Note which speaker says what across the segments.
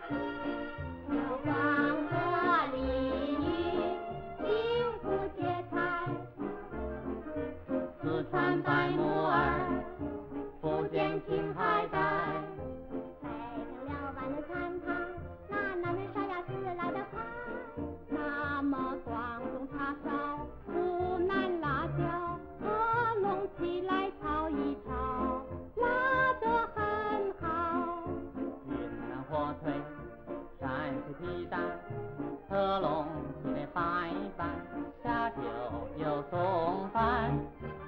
Speaker 1: 有黄河鲤鱼，幸福结彩。四川白木耳，福建青海带。配成了碗的餐汤，那男人烧鸭子来得快。那么广东叉烧，湖南辣椒，合拢起来炒一炒，辣得很好。
Speaker 2: 云南火腿，山西皮蛋，合拢起来拌一拌，下酒又送饭。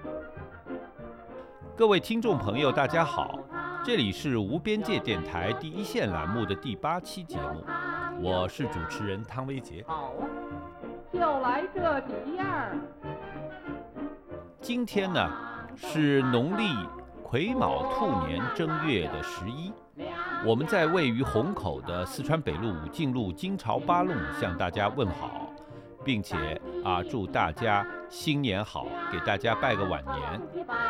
Speaker 3: 各位听众朋友，大家好，这里是无边界电台第一线栏目的第8期节目，我是主持人汤维杰。
Speaker 2: 好啊，就来这几样。
Speaker 3: 今天呢是农历癸卯兔年正月的11，我们在位于虹口的四川北路武进路金朝八弄向大家问好，并且祝大家新年好，给大家拜个晚年。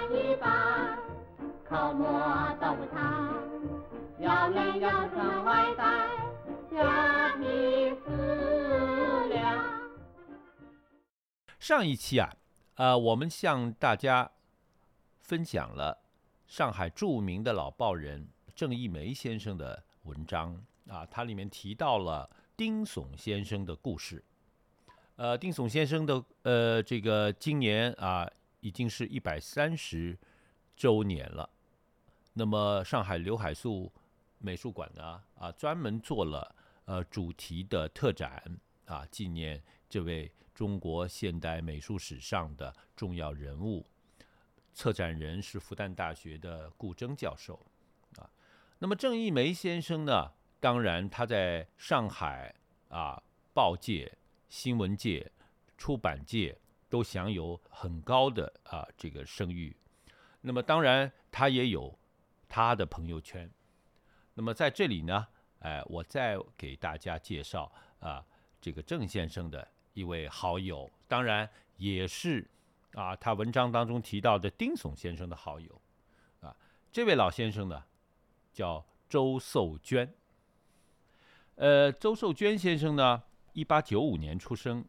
Speaker 1: 口沫豆腐汤，要嫩要酸外带，虾皮饲料。
Speaker 3: 上一期我们向大家分享了上海著名的老报人郑一梅先生的文章它里面提到了丁悚先生的故事。丁悚先生的这个今年已经是130周年了。那么上海刘海粟美术馆呢专门做了主题的特展纪念这位中国现代美术史上的重要人物。策展人是复旦大学的顾铮教授那么郑一梅先生呢，当然他在上海报界、新闻界、出版界都享有很高的这个声誉。那么当然他也有他的朋友圈。那么在这里呢我再给大家介绍这个郑先生的一位好友，当然也是他文章当中提到的丁悚先生的好友这位老先生呢叫周寿娟。周寿娟先生呢1895年出生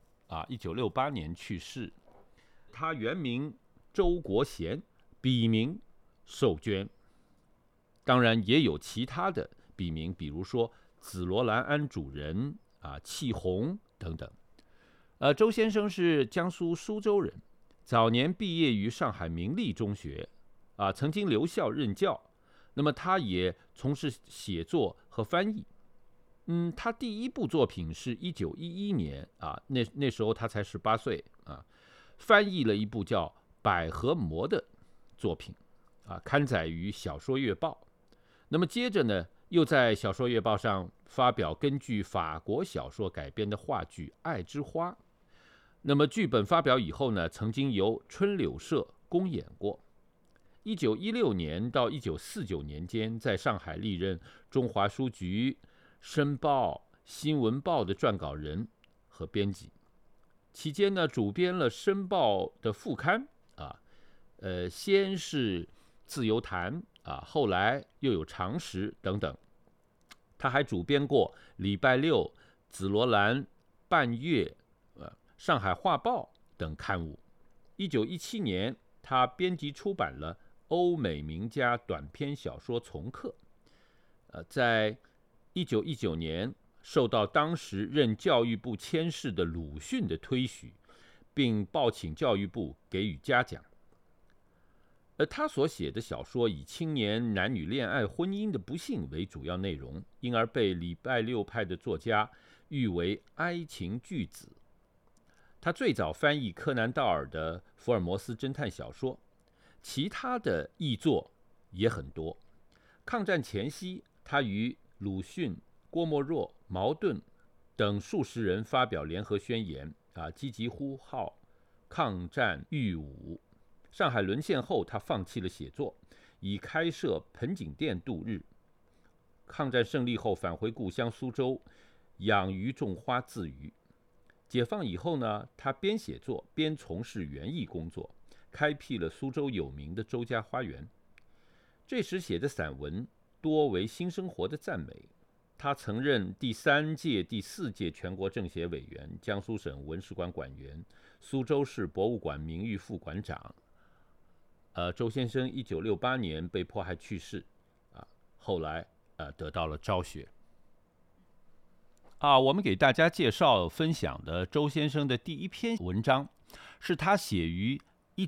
Speaker 3: 1968年去世。他原名周国贤，笔名寿娟，当然也有其他的笔名，比如说紫罗兰庵主人气红等等。周先生是江苏苏州人，早年毕业于上海明利中学曾经留校任教。那么他也从事写作和翻译。他第一部作品是1911年那时候他才18岁翻译了一部叫《百合魔》的作品刊载于小说月报。那么接着呢，又在小说月报上发表根据法国小说改编的话剧《爱之花》。那么剧本发表以后呢，曾经由春柳社公演过。1916年到1949年间，在上海历任中华书局、申报、新闻报的撰稿人和编辑。期间呢，主编了申报的副刊先是自由谈后来又有常识等等。他还主编过礼拜六、紫罗兰、半月、上海画报等刊物。1917年，他编辑出版了欧美名家短篇小说丛课。在1919年受到当时任教育部佥事的鲁迅的推许，并报请教育部给予嘉奖。而他所写的小说以青年男女恋爱婚姻的不幸为主要内容，因而被礼拜六派的作家誉为哀情巨子。他最早翻译柯南道尔的福尔摩斯侦探小说，其他的译作也很多。抗战前夕，他与鲁迅、郭沫若、茅盾等数十人发表联合宣言积极呼号抗战御侮。上海沦陷后，他放弃了写作，以开设盆景店度日。抗战胜利后，返回故乡苏州，养鱼种花自娱。解放以后呢，他边写作边从事园艺工作，开辟了苏州有名的周家花园。这时写的散文多为新生活的赞美， 他曾任第3届、第4届全国政协委员、江苏省文史馆馆员、苏州市博物馆名誉副馆长。周先生1968年被迫害去世，后来得到了昭雪。我们给大家介绍分享的周先生的第一篇文章，是他写于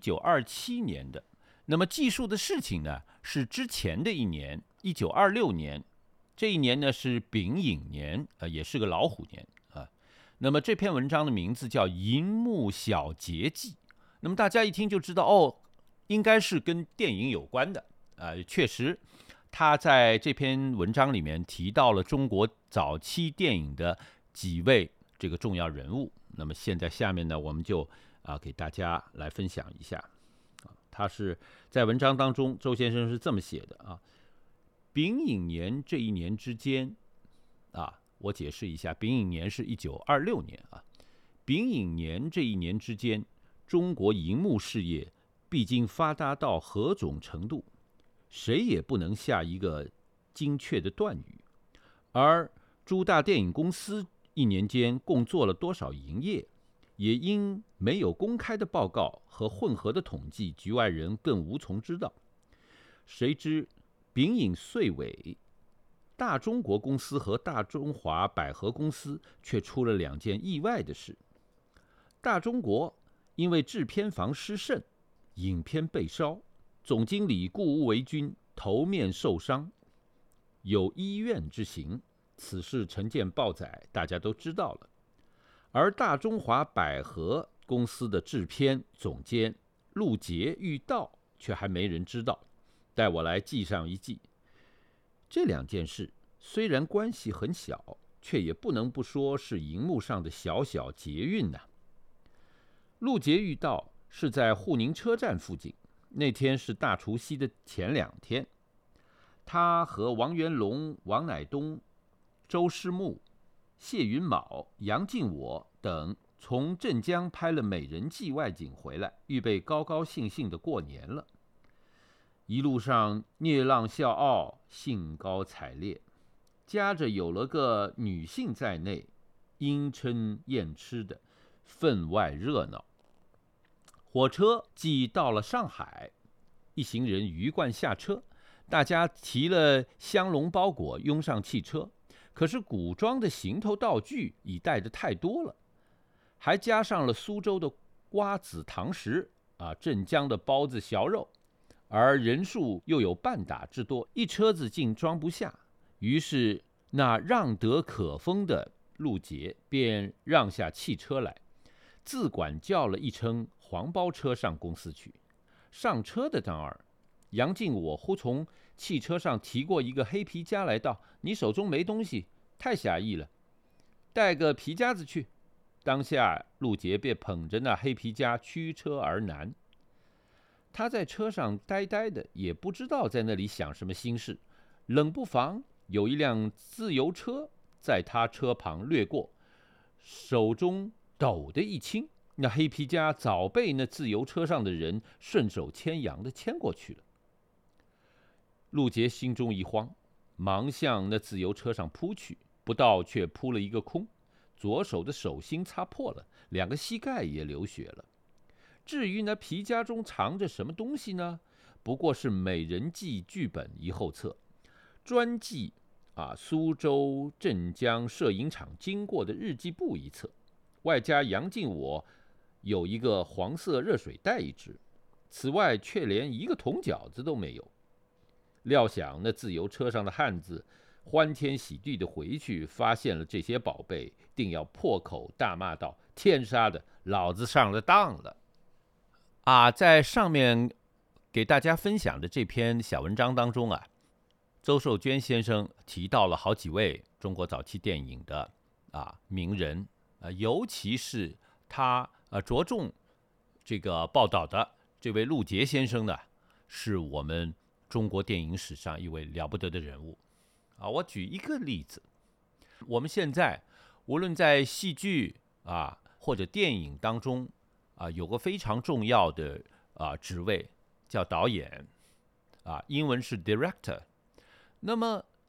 Speaker 3: 1927年的。那么记述的事情呢，是之前的一年，1926年。这一年呢是丙寅年，也是个老虎年啊。那么这篇文章的名字叫《银幕小节记》。那么大家一听就知道，应该是跟电影有关的。确实，他在这篇文章里面提到了中国早期电影的几位这个重要人物。那么现在下面呢，我们就给大家来分享一下。他是在文章当中，周先生是这么写的丙寅年这一年之间，我解释一下，丙寅年是1926年丙寅年这一年之间，中国银幕事业毕竟发达到何种程度，谁也不能下一个精确的断语。而诸大电影公司一年间共做了多少营业，也因没有公开的报告和混合的统计，局外人更无从知道。谁知丙寅岁尾，大中国公司和大中华百合公司却出了2件意外的事。大中国因为制片房失慎，影片被烧，总经理顾无为君头面受伤，有医院之行，此事曾见报载，大家都知道了。而大中华百合公司的制片总监陆杰遇到，却还没人知道。待我来记上一记。这2件事虽然关系很小，却也不能不说是荧幕上的小小捷运陆杰遇到是在沪宁车站附近，那天是大除夕的前2天。他和王元龙、王乃东、周师木、谢云昴、杨敬我等从镇江拍了美人计外景回来，预备高高兴兴的过年了。一路上聂浪笑傲，兴高采烈，夹着有了个女性在内，莺嗔燕痴的，分外热闹。火车既到了上海，一行人鱼贯下车，大家提了香笼包裹拥上汽车。可是古装的行头道具已带得太多了，还加上了苏州的瓜子糖食镇江的包子小肉，而人数又有半打之多，一车子竟装不下。于是那让得可风的陆杰便让下汽车来，自管叫了一乘黄包车上公司去。上车的当儿，杨敬我忽从汽车上提过一个黑皮夹来，道：“你手中没东西，太狭义了，带个皮夹子去。”当下陆杰便捧着那黑皮夹驱车而南。他在车上呆呆的，也不知道在那里想什么心事。冷不防有一辆自由车在他车旁掠过，手中抖的一轻，那黑皮夹早被那自由车上的人顺手牵羊的牵过去了。陆杰心中一慌，忙向那自由车上扑去，不到却扑了一个空，左手的手心擦破了，2个膝盖也流血了。至于那皮夹中藏着什么东西呢？不过是《美人计》剧本一后册，专记苏州、镇江摄影厂经过的日记簿一册，外加杨敬我有一个黄色热水袋一只，此外却连一个铜饺子都没有。料想那自由车上的汉子欢天喜地的回去，发现了这些宝贝，定要破口大骂道：“天杀的，老子上了当了！”在上面给大家分享的这篇小文章当中周寿娟先生提到了好几位中国早期电影的名人，尤其是他着重这个报道的这位陆杰先生呢，是我们中国电影史上一位了不得的人物我举一个例子，我们现在无论在戏剧或者电影当中有个非常重要的职位叫导演英文是 director。那么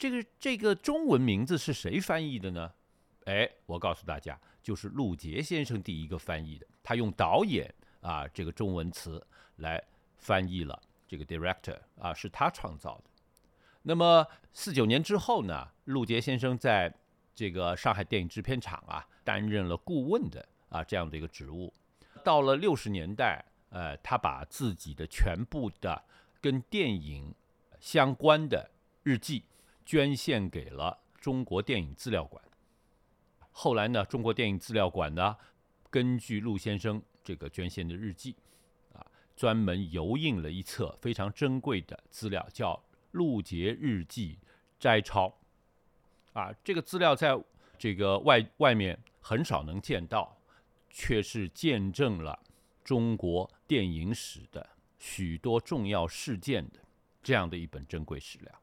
Speaker 3: 这个中文名字是谁翻译的呢？我告诉大家，就是陆杰先生第一个翻译的，他用导演这个中文词来翻译了这个 director 是他创造的。那么49年之后呢，陆杰先生在这个上海电影制片厂担任了顾问的这样的一个职务。到了60年代，他把自己的全部的跟电影相关的日记捐献给了中国电影资料馆。后来呢，中国电影资料馆呢，根据陆先生这个捐献的日记专门油印了一册非常珍贵的资料，叫《陆杰日记摘抄》这个资料在这个外面很少能见到，却是见证了中国电影史的许多重要事件的这样的一本珍贵史料。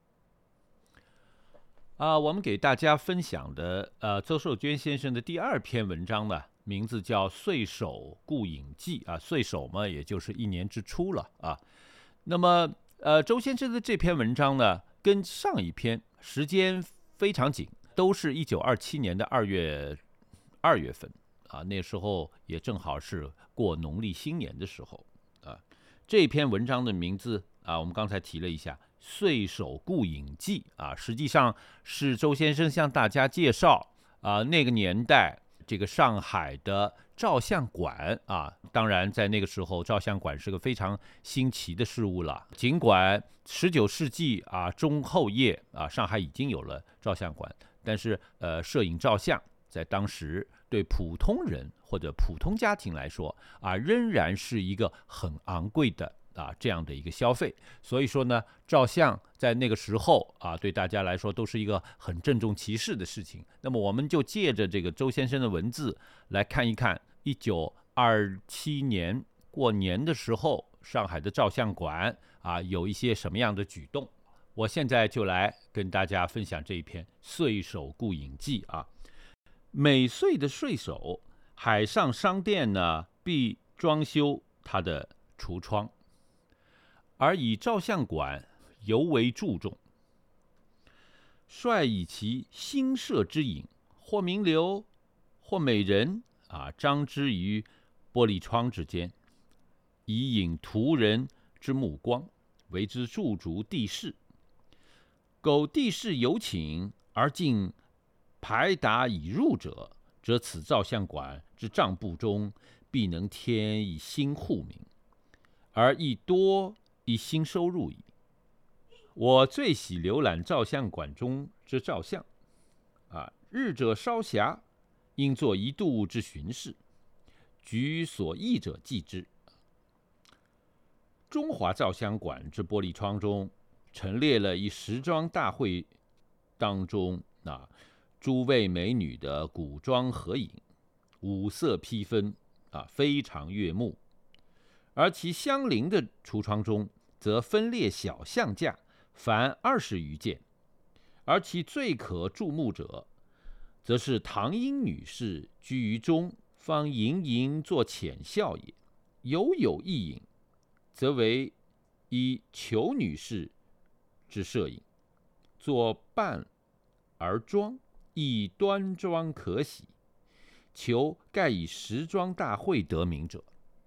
Speaker 3: 我们给大家分享的周寿娟先生的第2篇文章呢，名字叫《岁首顾影记》岁首嘛，也就是1年之初了那么周先生的这篇文章呢，跟上一篇时间非常紧，都是1927年的2月份那时候也正好是过农历新年的时候这篇文章的名字我们刚才提了一下，《岁首顾影记》实际上是周先生向大家介绍那个年代这个上海的照相馆当然在那个时候照相馆是个非常新奇的事物了。尽管19世纪中后叶上海已经有了照相馆，但是摄影照相在当时对普通人或者普通家庭来说仍然是一个很昂贵的这样的一个消费。所以说呢，照相在那个时候对大家来说都是一个很郑重其事的事情。那么我们就借着这个周先生的文字来看一看1927年过年的时候上海的照相馆有一些什么样的举动。我现在就来跟大家分享这一篇《岁首顾影记》每岁的岁首，海上商店呢必装修它的橱窗，而以照相馆尤为注重，率以其新设之影，或名流，或美人张之于玻璃窗之间，以引途人之目光，为之驻足地势。苟地势有请而进排达已入者，则此照相馆之账簿中必能添一新户名，而亦多一新收入矣。我最喜浏览照相馆中之照相日者稍暇，应作一度之巡视，举所忆者记之。中华照相馆之玻璃窗中陈列了一时装大会当中诸位美女的古装合影，五色缤纷非常悦目。而其相邻的橱窗中则分列小相架，凡20余件。而其最可注目者，则是唐英女士居于中，方盈盈作浅笑也。有一影，则为以裘女士之摄影，作扮而妆，亦端庄可喜。裘盖以时装大会得名者。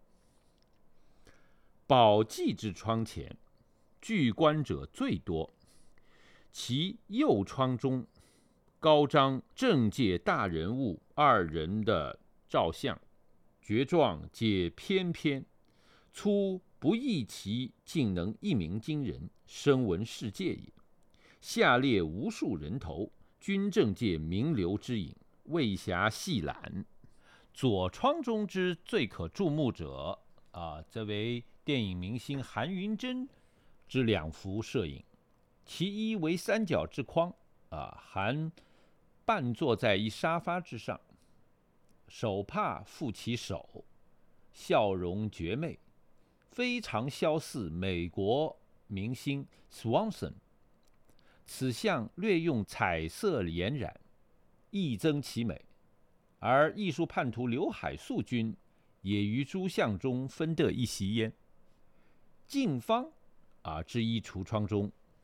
Speaker 3: 宝髻之窗前，聚观者最多，其右窗中高张政界大人物2人的照相，绝状皆翩翩，粗不意其竟能一鸣惊人，声闻世界也。下列无数人头，均政界名流之影，未暇细览。左窗中之最可注目者则为电影明星韩云珍之2幅摄影，其一为三角之框韩半坐在一沙发之上，手帕覆其手，笑容绝媚，非常相似美国明星 Swanson。 此相略用彩色颜染，亦增其美。而艺术叛徒刘海粟君也于诸相中分得一席焉。近方之一橱窗中，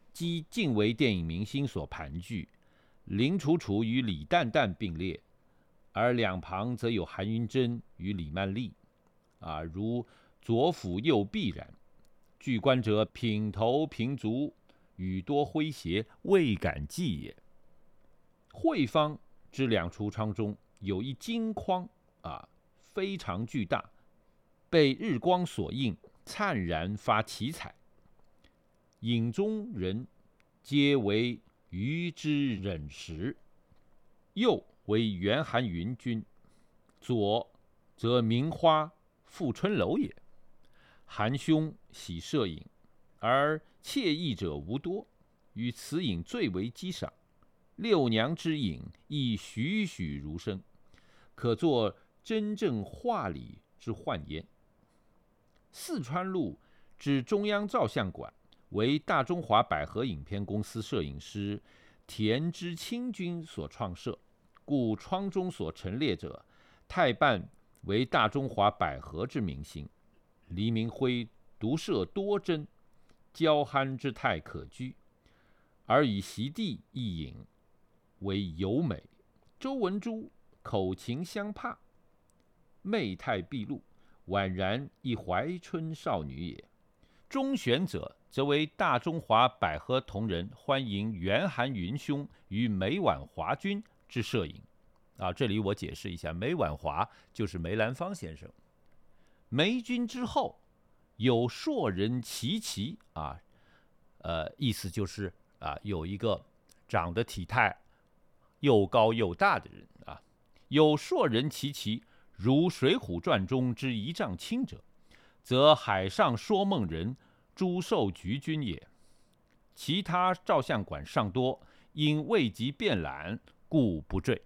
Speaker 3: 即近为电影明星所盘踞，林楚楚与李旦旦并列，而两旁则有韩云珍与李曼丽，如左辅右弼然。据观者品头平足，语多诙谐，未敢计也。惠方之两橱窗中有一金框非常巨大，被日光所映，灿然发奇彩。影中人皆为余之忍时，右为袁韩云君，左则名花富春楼也。韩兄喜摄影，而惬意者无多，与此影最为激赏。六娘之影亦栩栩如生，可作真正画里之幻焉。四川路之中央照相馆为大中华百合影片公司摄影师田之清君所创设，故窗中所陈列者太半为大中华百合之明星。黎明辉独摄多帧，娇憨之态可掬，而以席地一影为尤美。周文珠口琴相帕，媚态毕露，宛然一怀春少女也。中选者则为大中华百合同仁欢迎袁韩云兄与梅婉华君之摄影。这里我解释一下，梅婉华就是梅兰芳先生。梅君之后有硕人齐齐意思就是有一个长得体态又高又大的人有硕人齐齐，如《水浒传》中之一丈青者，则海上说梦人朱寿菊君也。其他照相馆尚多，因未及遍览，故不赘。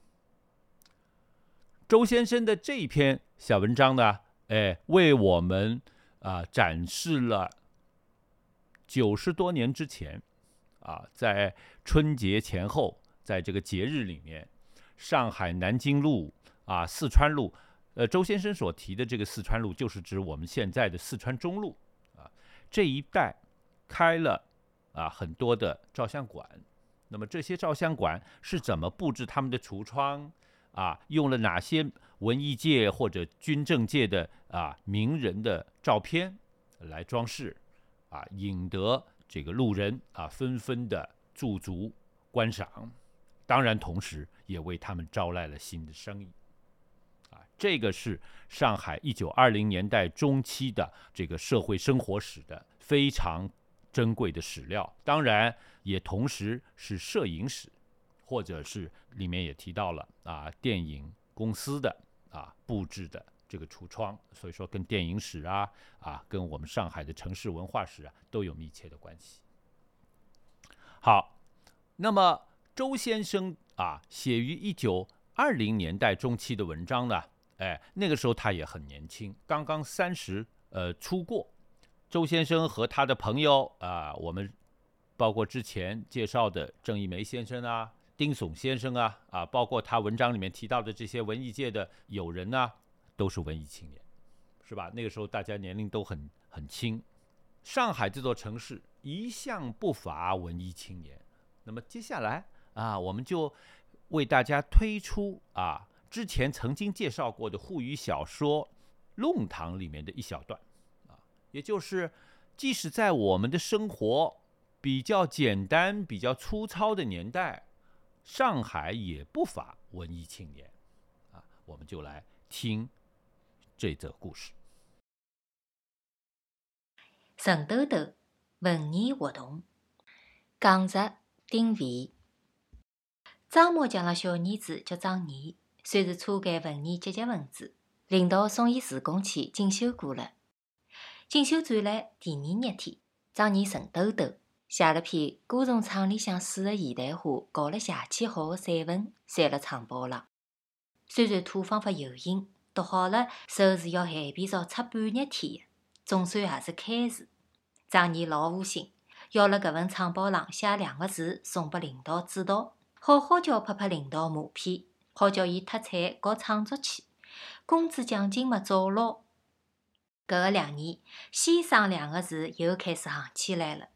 Speaker 3: 周先生的这一篇小文章呢，为我们展示了90多年之前在春节前后，在这个节日里面，上海南京路四川路，周先生所提的这个四川路，就是指我们现在的四川中路这一带开了很多的照相馆。那么这些照相馆是怎么布置他们的橱窗用了哪些文艺界或者军政界的名人的照片来装饰引得这个路人纷纷的驻足观赏，当然同时也为他们招来了新的生意这个是上海1920年代中期的这个社会生活史的非常珍贵的史料，当然也同时是摄影史，或者是里面也提到了电影公司的布置的这个橱窗，所以说跟电影史跟我们上海的城市文化史都有密切的关系。好，那么周先生写于1920年代中期的文章呢，那个时候他也很年轻，刚刚30出过。周先生和他的朋友我们包括之前介绍的郑一梅先生丁悚先生包括他文章里面提到的这些文艺界的友人都是文艺青年，是吧？那个时候大家年龄都很轻。上海这座城市一向不乏文艺青年。那么接下来我们就为大家推出之前曾经介绍过的沪语小说《弄堂》里面的一小段也就是即使在我们的生活比较简单、比较粗糙的年代，上海也不乏文艺青年我们就来听这则故事。
Speaker 4: 陈豆豆文艺活动，讲述丁伟。张某强的小儿子叫张毅，算是初间文艺积极分子。领导送伊自贡去进修过了。进修转来第2日天，张毅陈豆豆写了篇歌颂厂里向水的现代化搞了邪气好的散文，传了厂报上。虽然土方法有形，读好了手是要海边少出半日天的，总算也是开始。张毅老无心，要了搿份厂报上写2个字送拨领导指导，好好叫拍领导马屁，好叫伊脱产搞创作去，工资奖金嘛照捞。搿个2年，先生2个字又开始行起来了。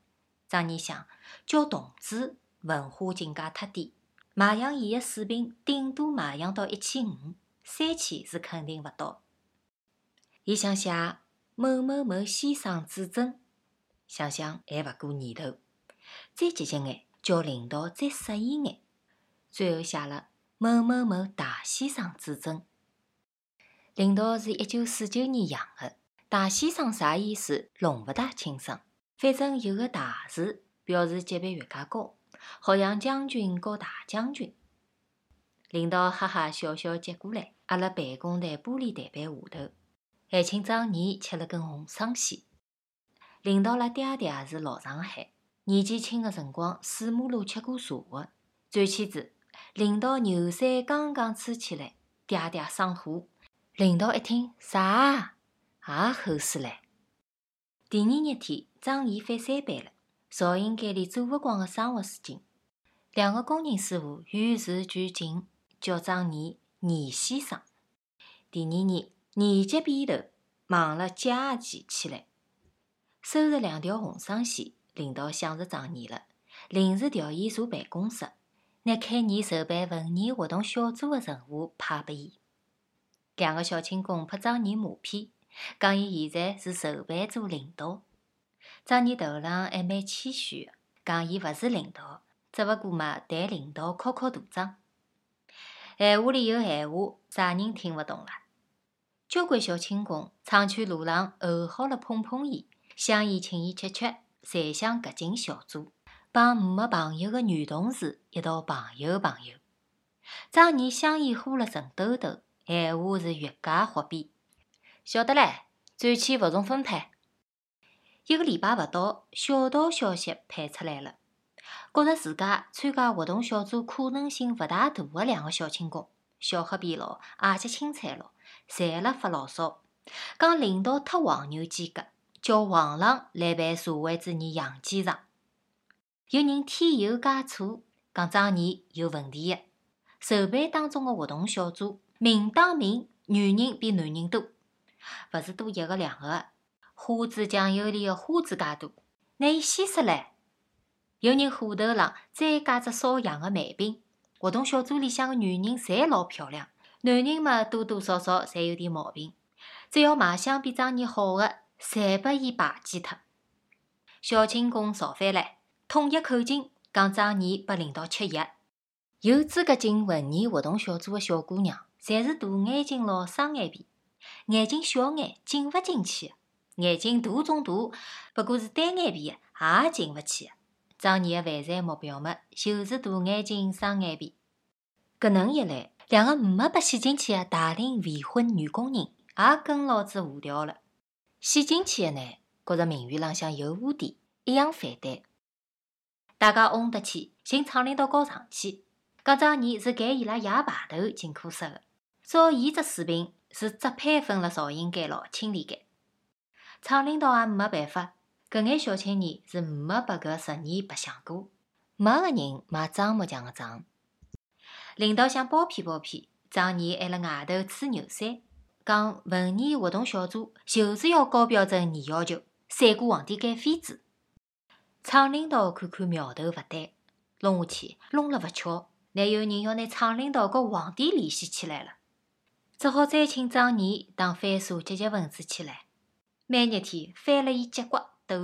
Speaker 4: 张妮想，叫同志文化境界太低，卖洋伊的水平顶多卖洋到1500，3000是肯定勿到。伊想写某某某先生指正，想想还勿过年头，再积极眼，叫领导再适意眼，最后写了某某某大先生指正。领导是1949年养的，大先生啥意思弄勿大清爽，反正有个大字表示级别越加高，好像将军和大将军。领导哈哈笑笑接过来，压辣办公台玻璃台板下头，还请张妮吃了根红双喜。领导拉爹爹是老上海，年纪轻的辰光水马路吃过茶的。转签子，领导牛山刚刚吹起来，爹爹上火。领导一听啥，也齁死唻。第二日天，张怡返三班了，造型间里做勿光的生活水晶。两个工人师傅与时俱进，叫张怡倪先生。第二日，倪级边头忙了假期起来，收拾2条红双线，领导想着张怡了，临时调伊坐办公室，拿开年筹办文艺活动小组的任务派拨伊。两个小青工拍张妮马屁，讲伊现在是筹办组领导。张妮头浪还蛮谦虚的，讲伊勿是领导，只勿过嘛谈领导敲敲大章。闲话里有闲话，啥人听勿懂啦？交关小青工厂区路浪候好了碰碰伊，想伊请伊吃吃，侪想搿进小组，帮没朋友的女同事一道朋友。张妮香烟呼了成兜兜，闲话是越加豁边。晓得唻，转签服从分配。1个礼拜勿到，小道消息盼出来了，觉着自家参加活动小组可能性勿大大的2个小青工，小黑边咯，矮脚青菜咯，侪辣发牢骚，讲领导太黄牛间隔，叫皇上来办社会主义洋机场。有人添油加醋，讲张妮有问题的。筹办当中的活动小组，明当明女人比男人多，勿是多1个2个，花枝酱油里的花枝介多，拿伊稀释唻。有人火头浪再加只烧洋的慢饼，活动小组里向的女人侪老漂亮，男人嘛多多少少侪有点毛病，只要卖相比张妮好的，侪拨伊排挤脱。小青工造反唻，统一口径讲张妮拨领导吃药。有资格进文艺活动小组的小姑娘，侪是大眼睛咯，双眼皮，眼睛小眼进勿进去的，眼睛大中大，不过是单眼皮的，也进勿去的。张妮的完善目标嘛，就是大眼睛、双眼皮。搿能一来，2个没被选进去的大龄未婚女工人也跟牢子下调了。选进去的呢，觉着名誉浪向有污点，一样反对。大家嗡得起，寻厂领导告状去。讲张妮是赶伊拉爷排头进科室的，照伊只水平是只配分了造型间咯清理间。厂领导也没办法，搿眼小青年是没把搿10年白相过，没个人买张木匠的账。领导想包庇包庇，张妮还辣外头吹牛山，讲文艺活动小组就是要高标准严要求，3个皇帝改妃子。厂领导看看苗头勿对，弄下去弄了勿巧。乃有人要拿厂领导和皇帝联系起来了，只好再请张妮当反社积极分子起来，每日天翻了伊脊骨抖。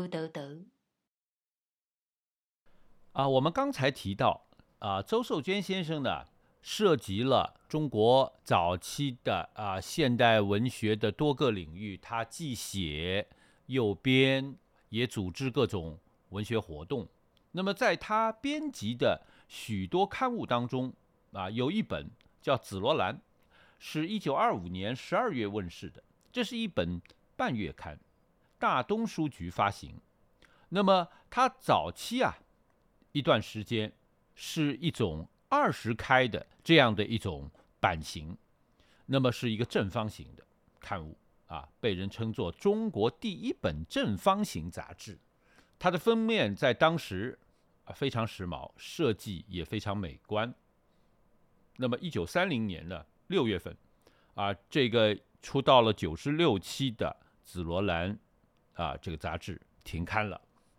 Speaker 3: 我们刚才提到周寿娟先生呢，涉及了中国早期的现代文学的多个领域，他既写又编，也组织各种文学活动。那么在他编辑的许多刊物当中有一本叫《紫罗兰》，是1925年12月问世的，这是一本半月刊，大东书局发行。那么它早期一段时间是一种20开的这样的一种版型，那么是一个正方形的刊物被人称作中国第一本正方形杂志。它的封面在当时非常时髦，设计也非常美观。那么1930年的6月份这个出到了96期的紫罗兰这个杂志停刊了。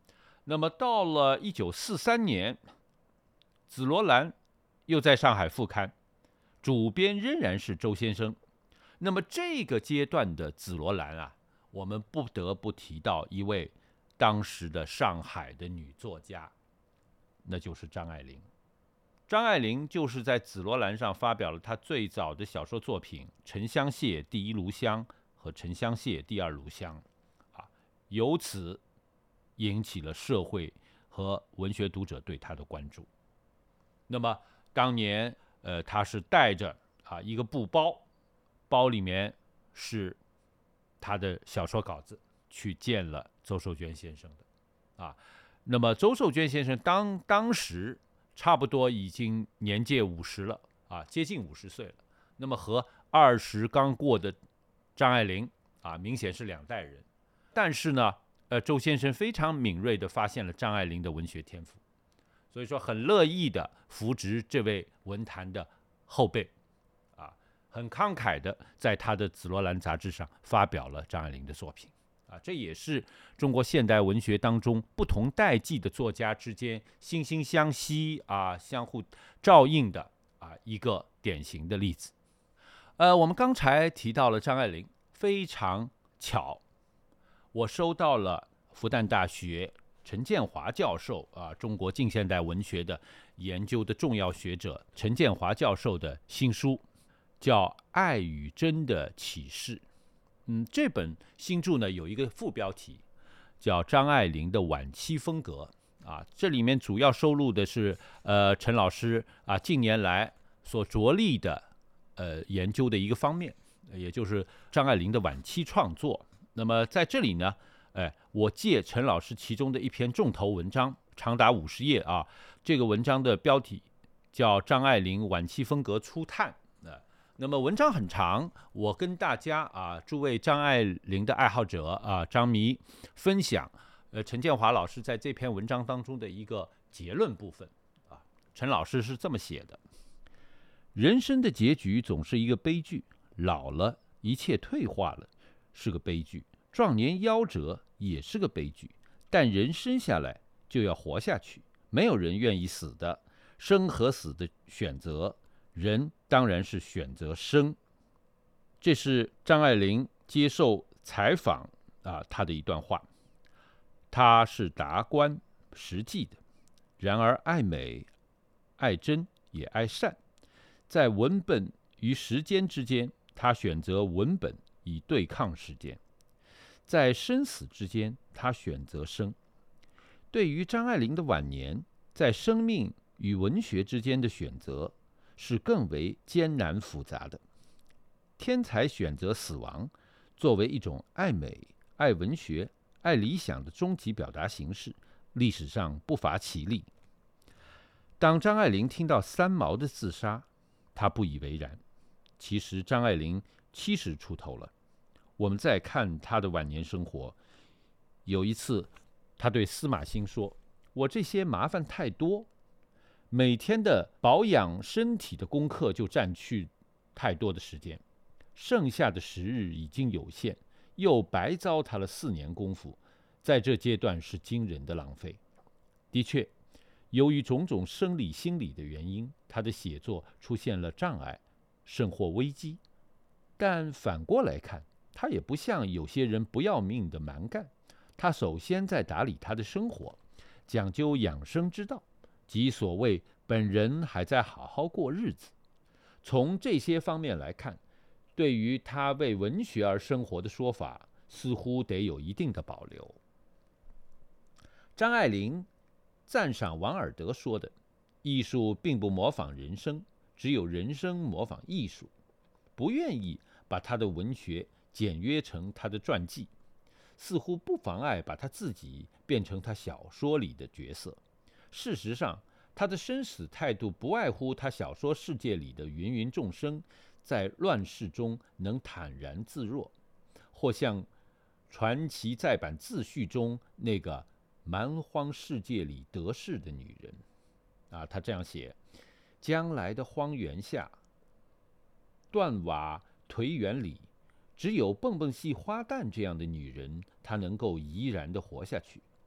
Speaker 3: 那么到了1943年，紫罗兰又在上海复刊，主编仍然是周先生。那么这个阶段的紫罗兰啊，我们不得不提到一位当时的上海的女作家，那就是张爱玲。张爱玲就是在紫罗兰上发表了她最早的小说作品《沉香屑第一炉香》和《沉香屑第二炉香》由此引起了社会和文学读者对她的关注。那么当年她是带着一个布包，包里面是她的小说稿子，去见了周寿娟先生的那么周寿娟先生当时差不多已经年届50了接近50岁了。那么和20刚过的张爱玲明显是两代人。但是呢，周先生非常敏锐地发现了张爱玲的文学天赋，所以说很乐意地扶植这位文坛的后辈很慷慨地在他的紫罗兰杂志上发表了张爱玲的作品这也是中国现代文学当中不同代际的作家之间惺惺相惜相互照应的一个典型的例子。我们刚才提到了张爱玲，非常巧，我收到了复旦大学陈建华教授中国近现代文学的研究的重要学者陈建华教授的新书，叫《爱与真的启示》。这本新著呢有一个副标题叫张爱玲的晚期风格这里面主要收录的是陈老师近年来所着力的研究的一个方面，也就是张爱玲的晚期创作。那么在这里呢我借陈老师其中的一篇重头文章，长达50页这个文章的标题叫张爱玲晚期风格初探。那么文章很长，我跟大家诸位张爱玲的爱好者张迷分享陈建华老师在这篇文章当中的一个结论部分陈老师是这么写的：人生的结局总是一个悲剧，老了一切退化了是个悲剧，壮年夭折也是个悲剧，但人生下来就要活下去，没有人愿意死的，生和死的选择，人当然是选择生。这是张爱玲接受采访她的一段话。她是达观实际的，然而爱美、爱真也爱善。在文本与时间之间，她选择文本以对抗时间；在生死之间，她选择生。对于张爱玲的晚年，在生命与文学之间的选择是更为艰难复杂的。天才选择死亡，作为一种爱美、爱文学、爱理想的终极表达形式，历史上不乏其例。当张爱玲听到三毛的自杀，她不以为然。其实张爱玲70出头了。我们再看她的晚年生活，有一次她对司马欣说：“我这些麻烦太多，每天的保养身体的功课就占去太多的时间，剩下的时日已经有限，又白糟蹋了4年功夫，在这阶段是惊人的浪费。”的确，由于种种生理心理的原因，他的写作出现了障碍，甚或危机。但反过来看，他也不像有些人不要命的蛮干，他首先在打理他的生活，讲究养生之道，即所谓本人还在好好过日子。从这些方面来看，对于他为文学而生活的说法，似乎得有一定的保留。张爱玲赞赏王尔德说的：“艺术并不模仿人生，只有人生模仿艺术。”不愿意把他的文学简约成他的传记，似乎不妨碍把他自己变成他小说里的角色。事实上，他的生死态度不外乎他小说世界里的芸芸众生在乱世中能坦然自若，或像传奇再版自序中那个蛮荒世界里得势的女人他这样写：将来的荒原下，断瓦颓垣里，只有蹦蹦系花旦这样的女人，她能够怡然地活下去。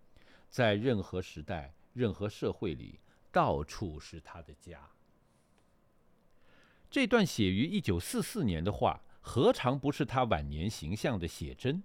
Speaker 3: 在任何时代、任何社会里，到处是他的家。这段写于1944年的话，何尝不是他晚年形象的写真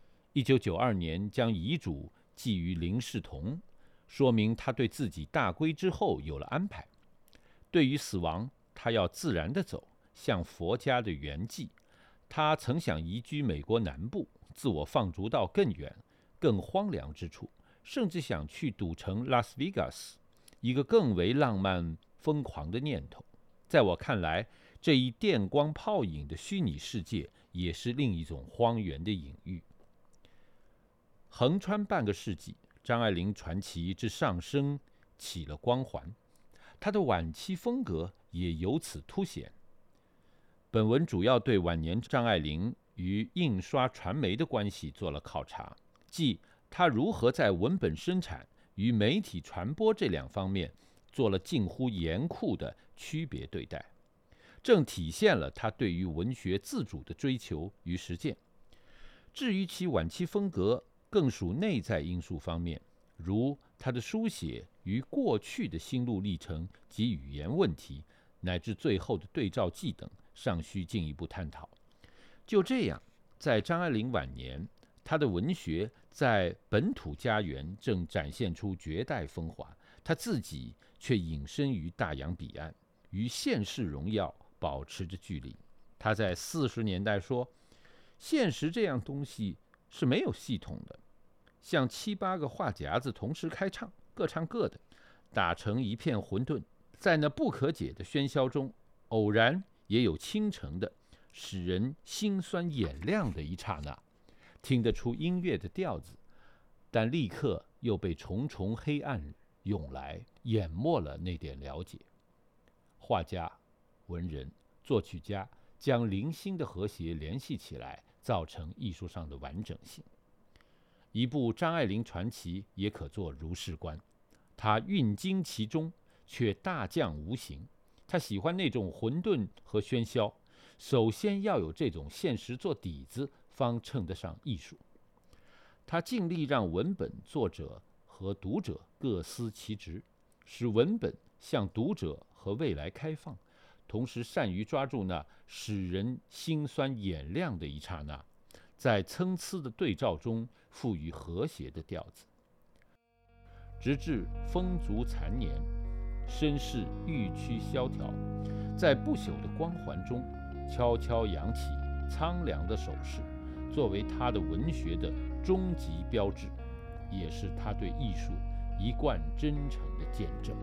Speaker 3: ？1992年将遗嘱寄于林世同，说明他对自己大归之后有了安排。对于死亡，他要自然地走，像佛家的圆寂。他曾想移居美国南部，自我放逐到更远、更荒凉之处，甚至想去赌城拉斯维加斯，一个更为浪漫疯狂的念头。在我看来，这一电光泡影的虚拟世界也是另一种荒原的隐喻。横穿半个世纪，张爱玲传奇之上升起了光环，她的晚期风格也由此凸显。本文主要对晚年张爱玲与印刷传媒的关系做了考察，即她如何在文本生产与媒体传播这两方面做了近乎严酷的区别对待，正体现了她对于文学自主的追求与实践。至于其晚期风格，更属内在因素方面，如他的书写与过去的心路历程及语言问题，乃至最后的对照记等，尚需进一步探讨。就这样，在张爱玲晚年，她的文学在本土家园正展现出绝代风华，她自己却隐身于大洋彼岸，与现世荣耀保持着距离。她在40年代说，现实这样东西是没有系统的，像7、8个话匣子同时开唱，各唱各的，打成一片混沌。在那不可解的喧嚣中，偶然也有倾城的，使人心酸眼亮的一刹那，听得出音乐的调子，但立刻又被重重黑暗涌来，淹没了那点了解。画家、文人、作曲家将零星的和谐联系起来，造成艺术上的完整性。一部张爱玲传奇也可作如是观，她蕴经其中，却大将无形。她喜欢那种混沌和喧嚣，首先要有这种现实做底子，方称得上艺术。她尽力让文本作者和读者各司其职，使文本向读者和未来开放，同时善于抓住那使人心酸眼亮的一刹那，在参差的对照中赋予和谐的调子。直至风烛残年，身世愈趋萧条，在不朽的光环中悄悄扬起苍凉的手势，作为他的文学的终极标志，也是他对艺术一贯真诚的见证。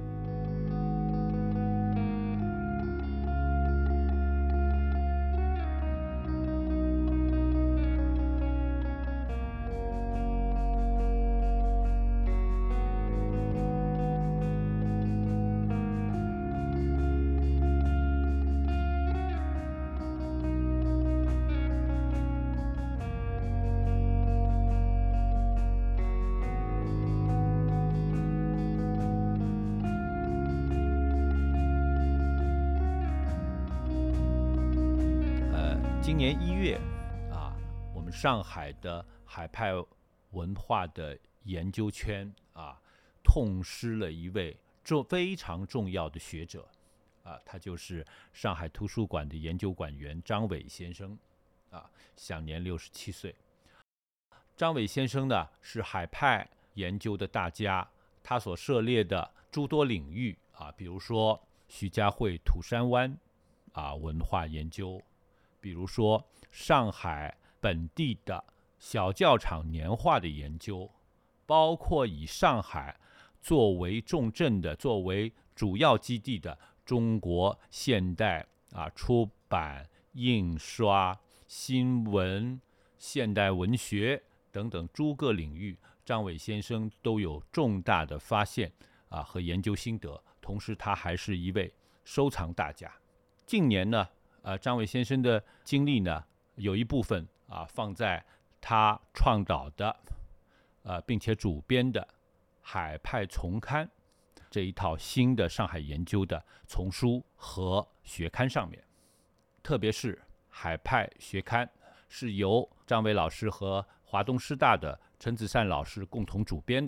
Speaker 3: 今年1月我们上海的海派文化的研究圈痛失了一位非常重要的学者他就是上海图书馆的研究馆员张伟先生享年67岁。张伟先生呢是海派研究的大家，他所涉猎的诸多领域比如说徐家汇土山湾文化研究，比如说上海本地的小教场年画的研究，包括以上海作为重镇的、作为主要基地的中国现代出版、印刷、新闻、现代文学等等诸个领域，张伟先生都有重大的发现和研究心得。同时，他还是一位收藏大家。近年呢，张伟先生的精力呢，有一部分放在他创导的并且主编的海派丛刊这一套新的上海研究的丛书和学刊上面。特别是海派学刊是由张伟老师和华东师大的陈子善老师共同主编的，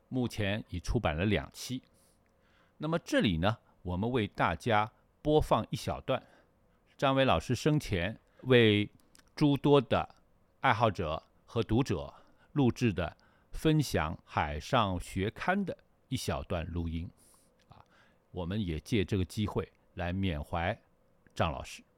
Speaker 3: 目前已出版了2期。那么这里呢，我们为大家播放一小段张伟老师生前为诸多的爱好者和读者录制的分享《海上学刊》的一小段录音。我们也借这个机会来缅怀张老师。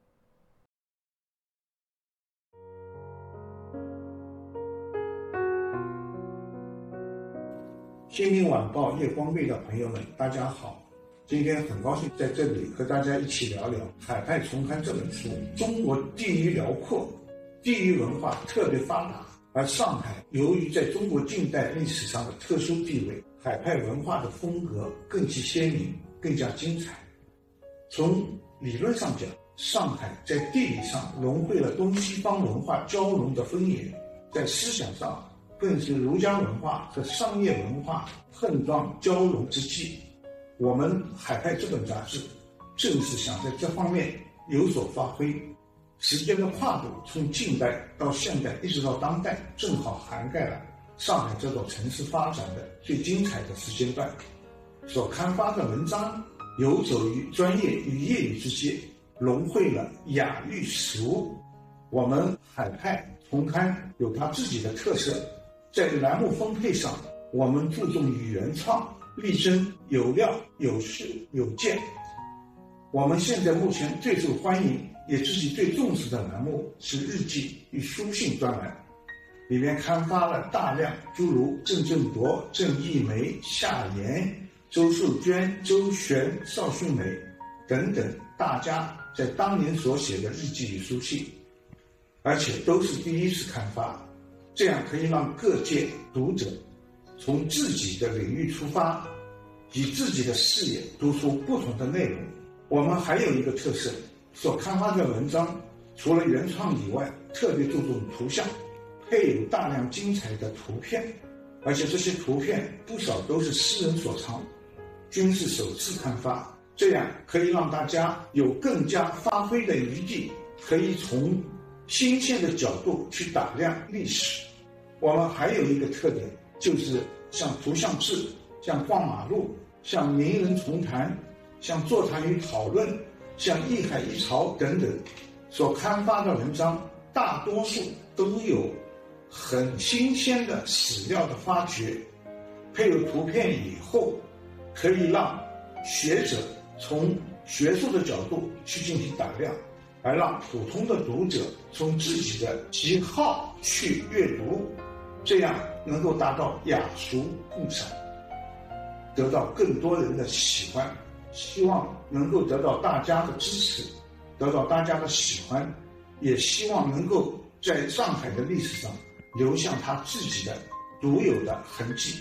Speaker 5: 新民晚报夜光贝的朋友们，大家好！今天很高兴在这里和大家一起聊聊《海派重刊》这本书。中国地域辽阔，地域文化特别发达，而上海由于在中国近代历史上的特殊地位，海派文化的风格更其鲜明，更加精彩。从理论上讲，上海在地理上融汇了东西方文化交融的分野，在思想上更是儒家文化和商业文化碰撞交融之际。我们海派这本杂志正是想在这方面有所发挥。时间的跨度从近代到现代一直到当代，正好涵盖了上海这座城市发展的最精彩的时间段。所刊发的文章游走于专业与业余之间，融汇了雅与俗。我们海派重刊有它自己的特色，在栏目分配上，我们注重于原创，力争有料、有事、有见。我们现在目前最受欢迎也自己最重视的栏目是日记与书信专栏，里面刊发了大量诸如郑振铎、郑一梅、夏言、周寿娟、周璇、邵迅梅等等大家在当年所写的日记与书信，而且都是第一次刊发，这样可以让各界读者从自己的领域出发，以自己的视野读出不同的内容。我们还有一个特色，所刊发的文章除了原创以外，特别注重图像，配有大量精彩的图片，而且这些图片不少都是私人所藏，均是首次刊发，这样可以让大家有更加发挥的余地，可以从新鲜的角度去打量历史。我们还有一个特点，就是像图像志、像逛马路、像名人重谈、像座谈与讨论、像艺海一潮等等所刊发的文章，大多数都有很新鲜的史料的发掘，配有图片以后，可以让学者从学术的角度去进行打量，而让普通的读者从自己的喜好去阅读，这样能够达到雅俗共赏，得到更多人的喜欢。希望能够得到大家的支持，得到大家的喜欢，也希望能够在上海的历史上留下他自己的独有的痕迹。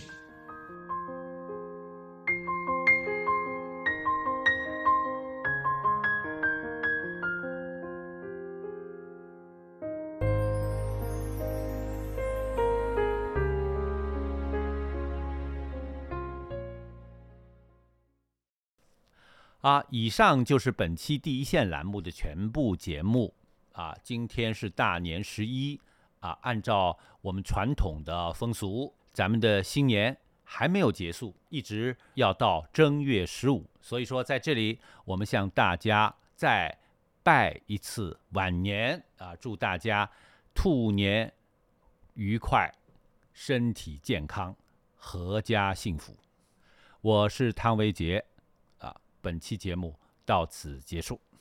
Speaker 3: 以上就是本期第一线栏目的全部节目。今天是大年11，按照我们传统的风俗，咱们的新年还没有结束，一直要到正月15。所以说，在这里我们向大家再拜一次晚年，祝大家兔年愉快，身体健康，阖家幸福。我是汤维杰。本期节目到此结束。